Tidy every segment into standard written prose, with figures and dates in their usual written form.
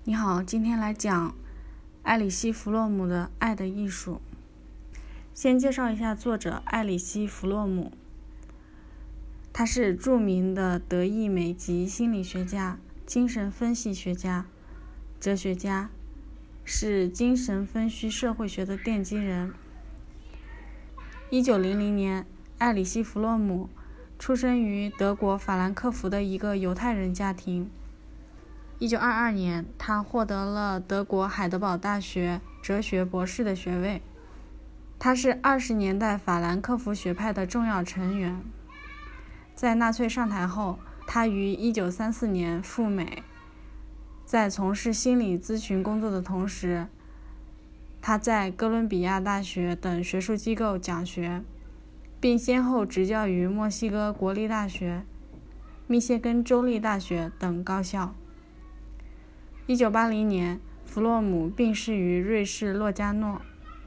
你好，今天来讲埃里希·弗洛姆的《爱的艺术》。先介绍一下作者埃里希·弗洛姆，他是著名的德意美籍心理学家、精神分析学家、哲学家，是精神分析社会学的奠基人。1900年，埃里希·弗洛姆出生于德国法兰克福的一个犹太人家庭。1922年，他获得了德国海德堡大学哲学博士的学位。他是20年代法兰克福学派的重要成员。在纳粹上台后，他于1934年赴美。在从事心理咨询工作的同时，他在哥伦比亚大学等学术机构讲学，并先后执教于墨西哥国立大学、密歇根州立大学等高校。1980年，弗洛姆病逝于瑞士洛迦诺。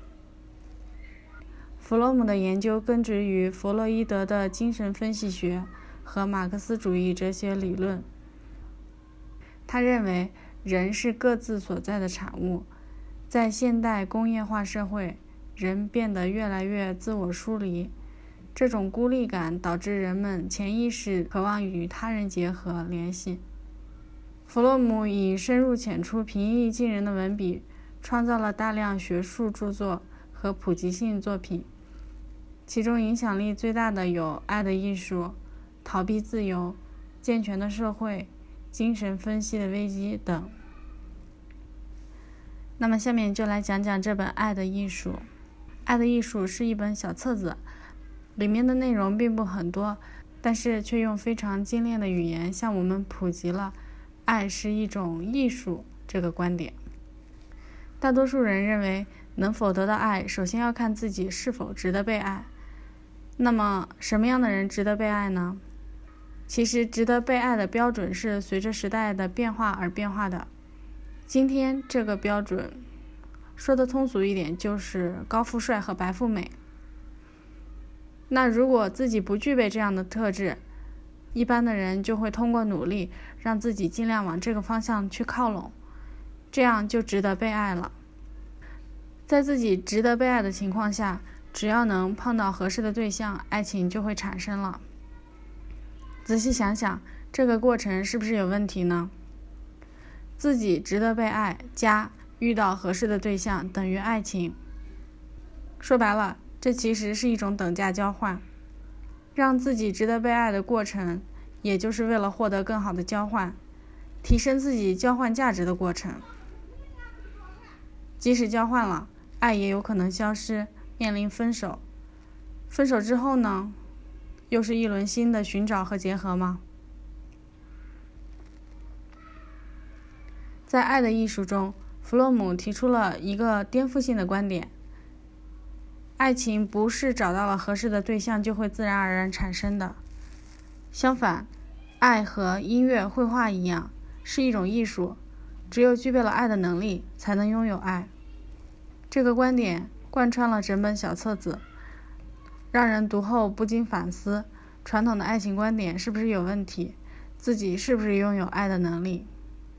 弗洛姆的研究根植于弗洛伊德的精神分析学和马克思主义哲学理论。他认为人是各自所在的产物，在现代工业化社会，人变得越来越自我疏离，这种孤立感导致人们潜意识渴望与他人结合联系。弗洛姆以深入浅出、平易近人的文笔，创造了大量学术著作和普及性作品，其中影响力最大的有《爱的艺术》、《逃避自由》、《健全的社会》、《精神分析的危机》等。那么下面就来讲讲这本《爱的艺术》。《爱的艺术》是一本小册子，里面的内容并不很多，但是却用非常精炼的语言向我们普及了爱是一种艺术这个观点。大多数人认为能否得到爱，首先要看自己是否值得被爱。那么什么样的人值得被爱呢？其实值得被爱的标准是随着时代的变化而变化的。今天这个标准说得通俗一点，就是高富帅和白富美。那如果自己不具备这样的特质，一般的人就会通过努力让自己尽量往这个方向去靠拢，这样就值得被爱了。在自己值得被爱的情况下，只要能碰到合适的对象，爱情就会产生了。仔细想想，这个过程是不是有问题呢？自己值得被爱加遇到合适的对象等于爱情。说白了，这其实是一种等价交换。让自己值得被爱的过程，也就是为了获得更好的交换，提升自己交换价值的过程。即使交换了，爱也有可能消失，面临分手。分手之后呢，又是一轮新的寻找和结合吗？在《爱的艺术》中，弗洛姆提出了一个颠覆性的观点：爱情不是找到了合适的对象就会自然而然产生的。相反，爱和音乐、绘画一样，是一种艺术，只有具备了爱的能力，才能拥有爱。这个观点贯穿了整本小册子，让人读后不禁反思，传统的爱情观点是不是有问题？自己是不是拥有爱的能力？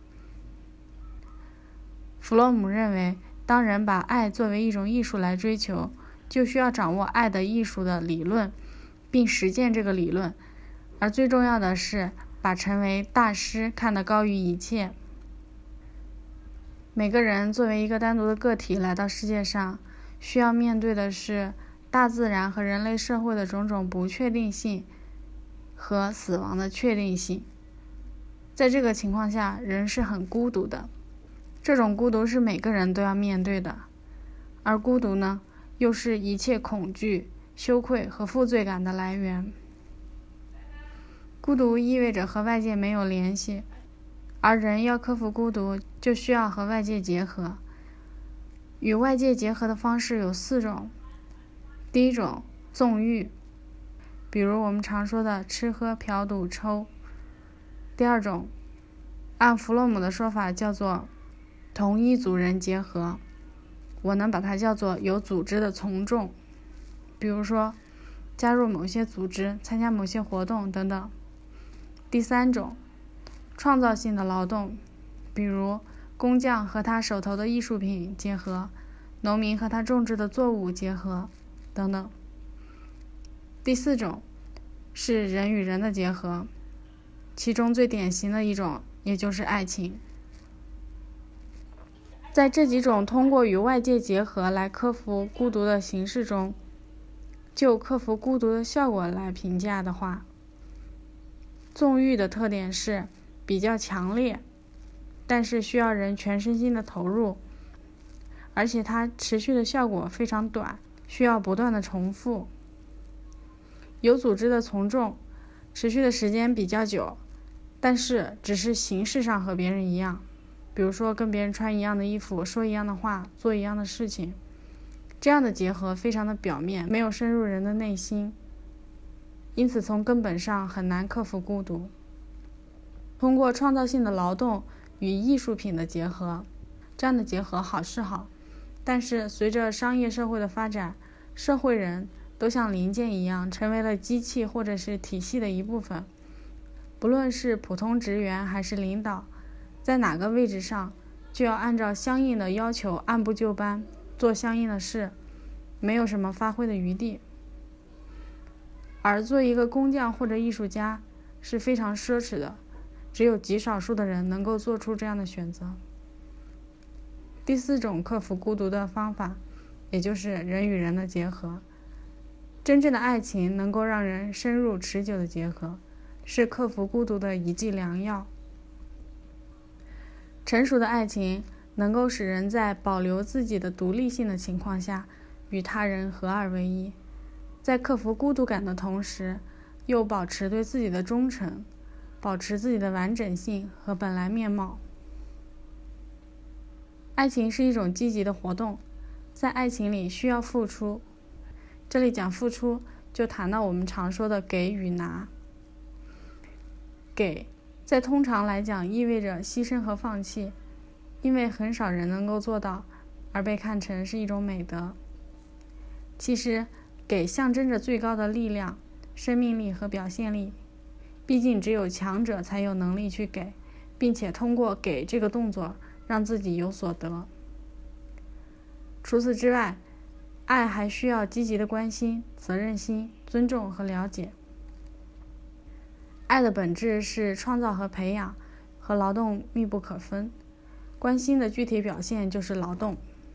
弗洛姆认为，当人把爱作为一种艺术来追求，就需要掌握爱的艺术的理论，并实践这个理论，而最重要的是把成为大师看得高于一切。每个人作为一个单独的个体来到世界上，需要面对的是大自然和人类社会的种种不确定性和死亡的确定性。在这个情况下，人是很孤独的，这种孤独是每个人都要面对的。而孤独呢，又是一切恐惧、羞愧和负罪感的来源。孤独意味着和外界没有联系，而人要克服孤独，就需要和外界结合。与外界结合的方式有4种。第一种，纵欲，比如我们常说的吃喝嫖赌抽。第二种，按弗洛姆的说法叫做同一组人结合，我能把它叫做有组织的从众，比如说加入某些组织、参加某些活动等等。第三种，创造性的劳动，比如工匠和他手头的艺术品结合，农民和他种植的作物结合，等等。第4种是人与人的结合，其中最典型的一种也就是爱情。在这几种通过与外界结合来克服孤独的形式中，就克服孤独的效果来评价的话，纵欲的特点是比较强烈，但是需要人全身心的投入，而且它持续的效果非常短，需要不断的重复。有组织的从众，持续的时间比较久，但是只是形式上和别人一样，比如说跟别人穿一样的衣服，说一样的话，做一样的事情，这样的结合非常的表面，没有深入人的内心，因此从根本上很难克服孤独。通过创造性的劳动与艺术品的结合，这样的结合好是好，但是随着商业社会的发展，社会人都像零件一样成为了机器或者是体系的一部分，不论是普通职员还是领导，在哪个位置上就要按照相应的要求按部就班做相应的事，没有什么发挥的余地。而做一个工匠或者艺术家是非常奢侈的，只有极少数的人能够做出这样的选择。第4种克服孤独的方法，也就是人与人的结合。真正的爱情能够让人深入持久的结合，是克服孤独的一剂良药。成熟的爱情能够使人在保留自己的独立性的情况下，与他人合二为一，在克服孤独感的同时，又保持对自己的忠诚，保持自己的完整性和本来面貌。爱情是一种积极的活动，在爱情里需要付出。这里讲付出，就谈到我们常说的给与拿。给，在通常来讲意味着牺牲和放弃，因为很少人能够做到，而被看成是一种美德。其实，给象征着最高的力量、生命力和表现力。毕竟只有强者才有能力去给，并且通过给这个动作让自己有所得。除此之外，爱还需要积极的关心、责任心、尊重和了解。爱的本质是创造和培养，和劳动密不可分。关心的具体表现就是劳动。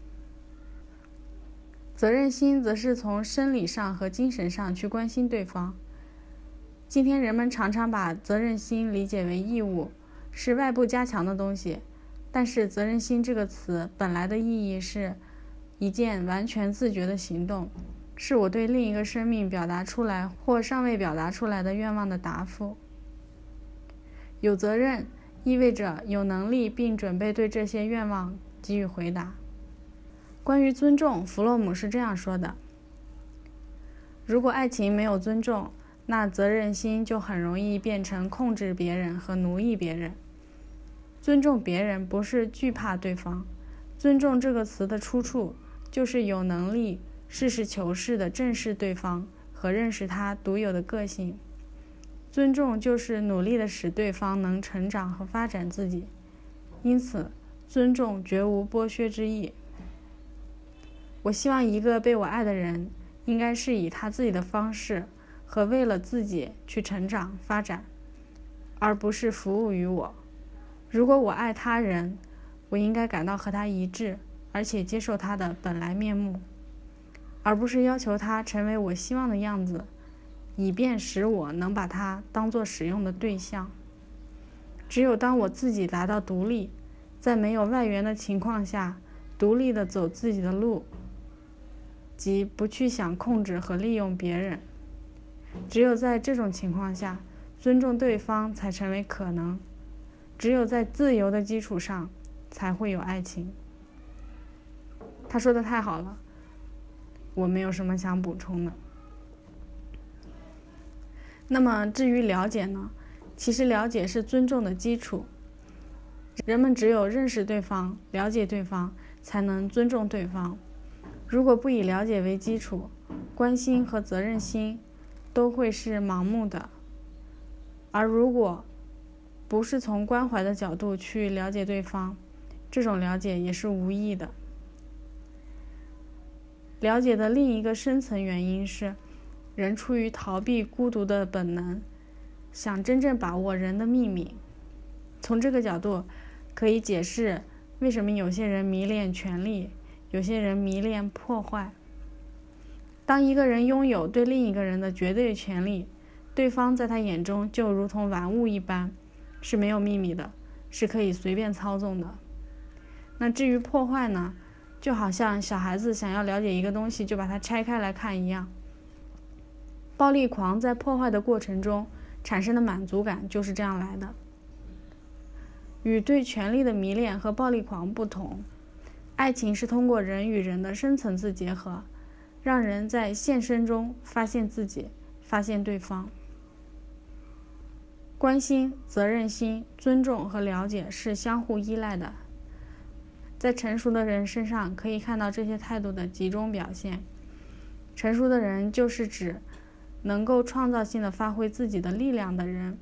责任心则是从生理上和精神上去关心对方。今天人们常常把责任心理解为义务，是外部加强的东西，但是责任心这个词本来的意义是一件完全自觉的行动，是我对另一个生命表达出来或尚未表达出来的愿望的答复。有责任意味着有能力并准备对这些愿望给予回答。关于尊重，弗洛姆是这样说的：如果爱情没有尊重，那责任心就很容易变成控制别人和奴役别人。尊重别人不是惧怕对方，尊重这个词的出处就是有能力实事求是地正视对方和认识他独有的个性。尊重就是努力地使对方能成长和发展自己，因此尊重绝无剥削之意。我希望一个被我爱的人应该是以他自己的方式和为了自己去成长发展，而不是服务于我。如果我爱他人，我应该感到和他一致，而且接受他的本来面目，而不是要求他成为我希望的样子，以便使我能把他当作使用的对象。只有当我自己达到独立，在没有外援的情况下，独立地走自己的路，即不去想控制和利用别人，只有在这种情况下，尊重对方才成为可能。只有在自由的基础上，才会有爱情。他说的太好了，我没有什么想补充的。那么至于了解呢？其实了解是尊重的基础。人们只有认识对方、了解对方，才能尊重对方。如果不以了解为基础，关心和责任心都会是盲目的。而如果不是从关怀的角度去了解对方， 这种了解也是无益的。了解的另一个深层原因是，人出于逃避孤独的本能，想真正把握人的秘密。从这个角度，可以解释为什么有些人迷恋权力，有些人迷恋破坏。当一个人拥有对另一个人的绝对权利，对方在他眼中就如同玩物一般，是没有秘密的，是可以随便操纵的。那至于破坏呢，就好像小孩子想要了解一个东西就把它拆开来看一样。暴力狂在破坏的过程中产生的满足感就是这样来的。与对权力的迷恋和暴力狂不同，爱情是通过人与人的深层次结合，让人在现身中发现自己，发现对方。关心、责任心、尊重和了解是相互依赖的。在成熟的人身上可以看到这些态度的集中表现。成熟的人就是指能够创造性的发挥自己的力量的人。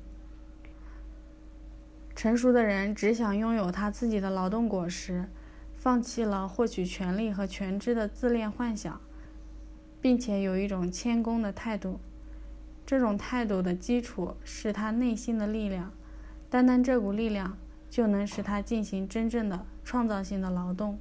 成熟的人只想拥有他自己的劳动果实，放弃了获取权力和权知的自恋幻想，并且有一种谦恭的态度。这种态度的基础是他内心的力量，单单这股力量就能使他进行真正的创造性的劳动。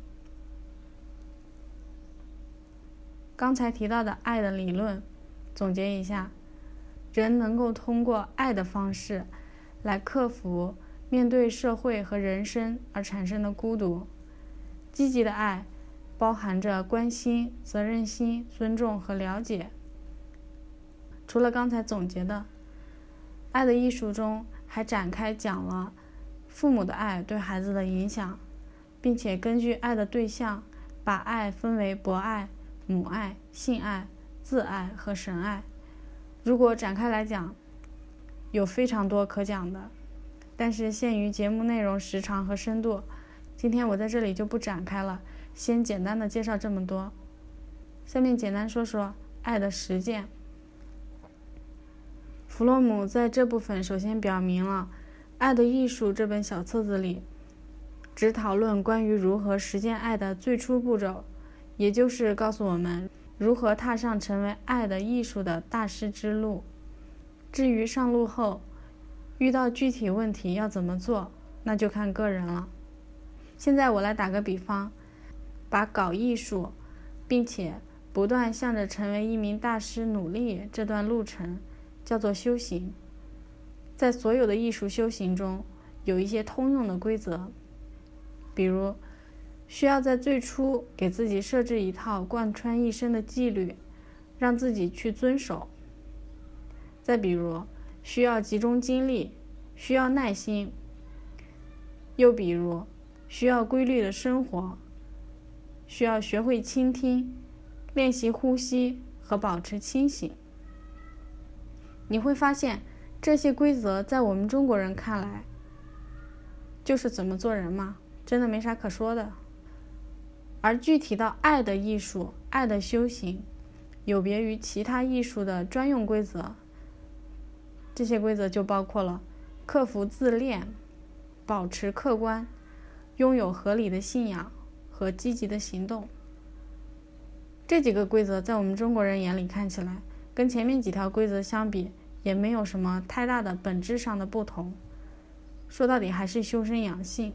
刚才提到的爱的理论，总结一下，人能够通过爱的方式来克服面对社会和人生而产生的孤独。积极的爱包含着关心、责任心、尊重和了解。除了刚才总结的，《爱的艺术》中还展开讲了父母的爱对孩子的影响，并且根据爱的对象，把爱分为博爱、母爱、性爱、自爱和神爱。如果展开来讲，有非常多可讲的，但是限于节目内容时长和深度，今天我在这里就不展开了，先简单的介绍这么多。下面简单说说爱的实践。弗洛姆在这部分首先表明了《爱的艺术》这本小册子里只讨论关于如何实践爱的最初步骤，也就是告诉我们如何踏上成为爱的艺术的大师之路。至于上路后遇到具体问题要怎么做，那就看个人了。现在我来打个比方，把搞艺术并且不断向着成为一名大师努力这段路程叫做修行。在所有的艺术修行中，有一些通用的规则，比如需要在最初给自己设置一套贯穿一生的纪律，让自己去遵守。再比如需要集中精力，需要耐心。又比如需要规律的生活，需要学会倾听，练习呼吸和保持清醒。你会发现这些规则在我们中国人看来就是怎么做人嘛，真的没啥可说的。而具体到爱的艺术、爱的修行，有别于其他艺术的专用规则。这些规则就包括了克服自恋、保持客观、拥有合理的信仰和积极的行动。这几个规则在我们中国人眼里看起来跟前面几条规则相比也没有什么太大的本质上的不同，说到底还是修身养性。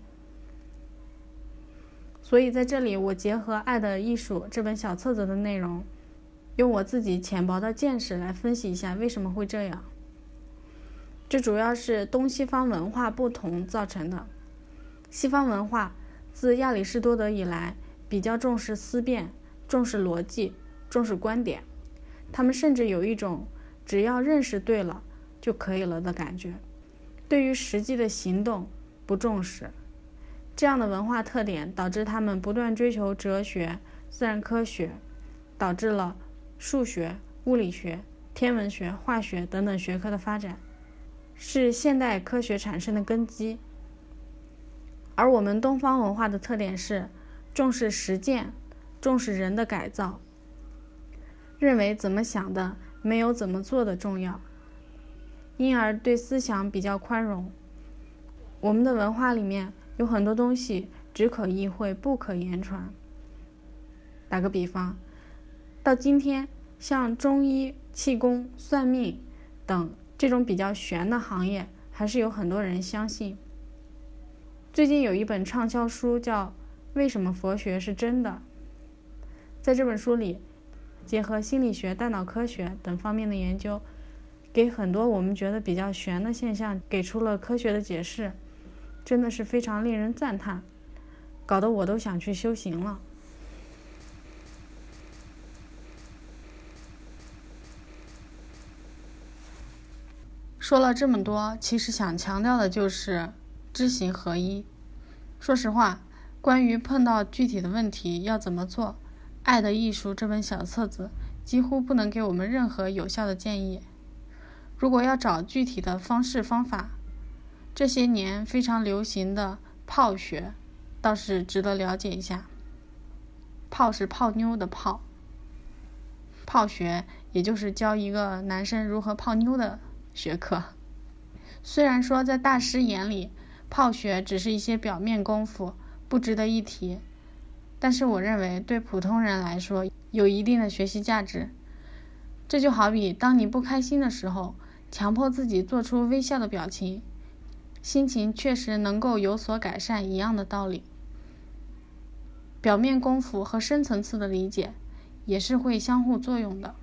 所以在这里我结合《爱的艺术》这本小册子的内容，用我自己浅薄的见识来分析一下为什么会这样。这主要是东西方文化不同造成的。西方文化自亚里士多德以来比较重视思辨，重视逻辑，重视观点，他们甚至有一种只要认识对了就可以了的感觉，对于实际的行动不重视。这样的文化特点导致他们不断追求哲学、自然科学，导致了数学、物理学、天文学、化学等等学科的发展，是现代科学产生的根基。而我们东方文化的特点是重视实践，重视人的改造，认为怎么想的没有怎么做的重要，因而对思想比较宽容。我们的文化里面有很多东西只可意会，不可言传。打个比方，到今天，像中医、气功、算命等这种比较玄的行业，还是有很多人相信。最近有一本畅销书叫《为什么佛学是真的》。在这本书里，结合心理学、大脑科学等方面的研究，给很多我们觉得比较玄的现象给出了科学的解释，真的是非常令人赞叹，搞得我都想去修行了。说了这么多，其实想强调的就是知行合一。说实话，关于碰到具体的问题要怎么做，《爱的艺术》这本小册子几乎不能给我们任何有效的建议。如果要找具体的方式方法，这些年非常流行的泡学倒是值得了解一下。泡是泡妞的泡，泡学也就是教一个男生如何泡妞的学科。虽然说在大师眼里，泡学只是一些表面功夫，不值得一提，但是我认为对普通人来说有一定的学习价值。这就好比当你不开心的时候，强迫自己做出微笑的表情，心情确实能够有所改善一样的道理。表面功夫和深层次的理解也是会相互作用的。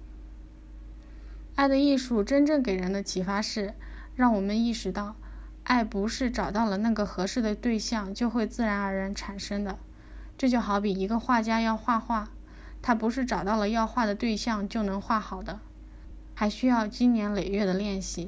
爱的艺术真正给人的启发是，让我们意识到，爱不是找到了那个合适的对象就会自然而然产生的。这就好比一个画家要画画，他不是找到了要画的对象就能画好的，还需要经年累月的练习。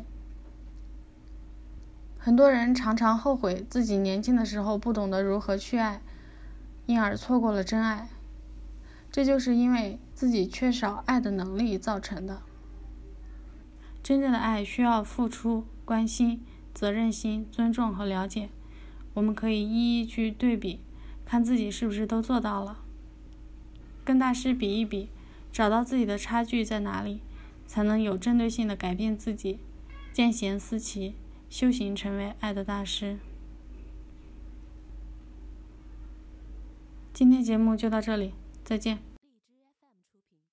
很多人常常后悔自己年轻的时候不懂得如何去爱，因而错过了真爱。这就是因为自己缺少爱的能力造成的。真正的爱需要付出、关心、责任心、尊重和了解。我们可以一一去对比，看自己是不是都做到了。跟大师比一比，找到自己的差距在哪里，才能有针对性的改变自己，见贤思齐，修行成为爱的大师。今天节目就到这里，再见。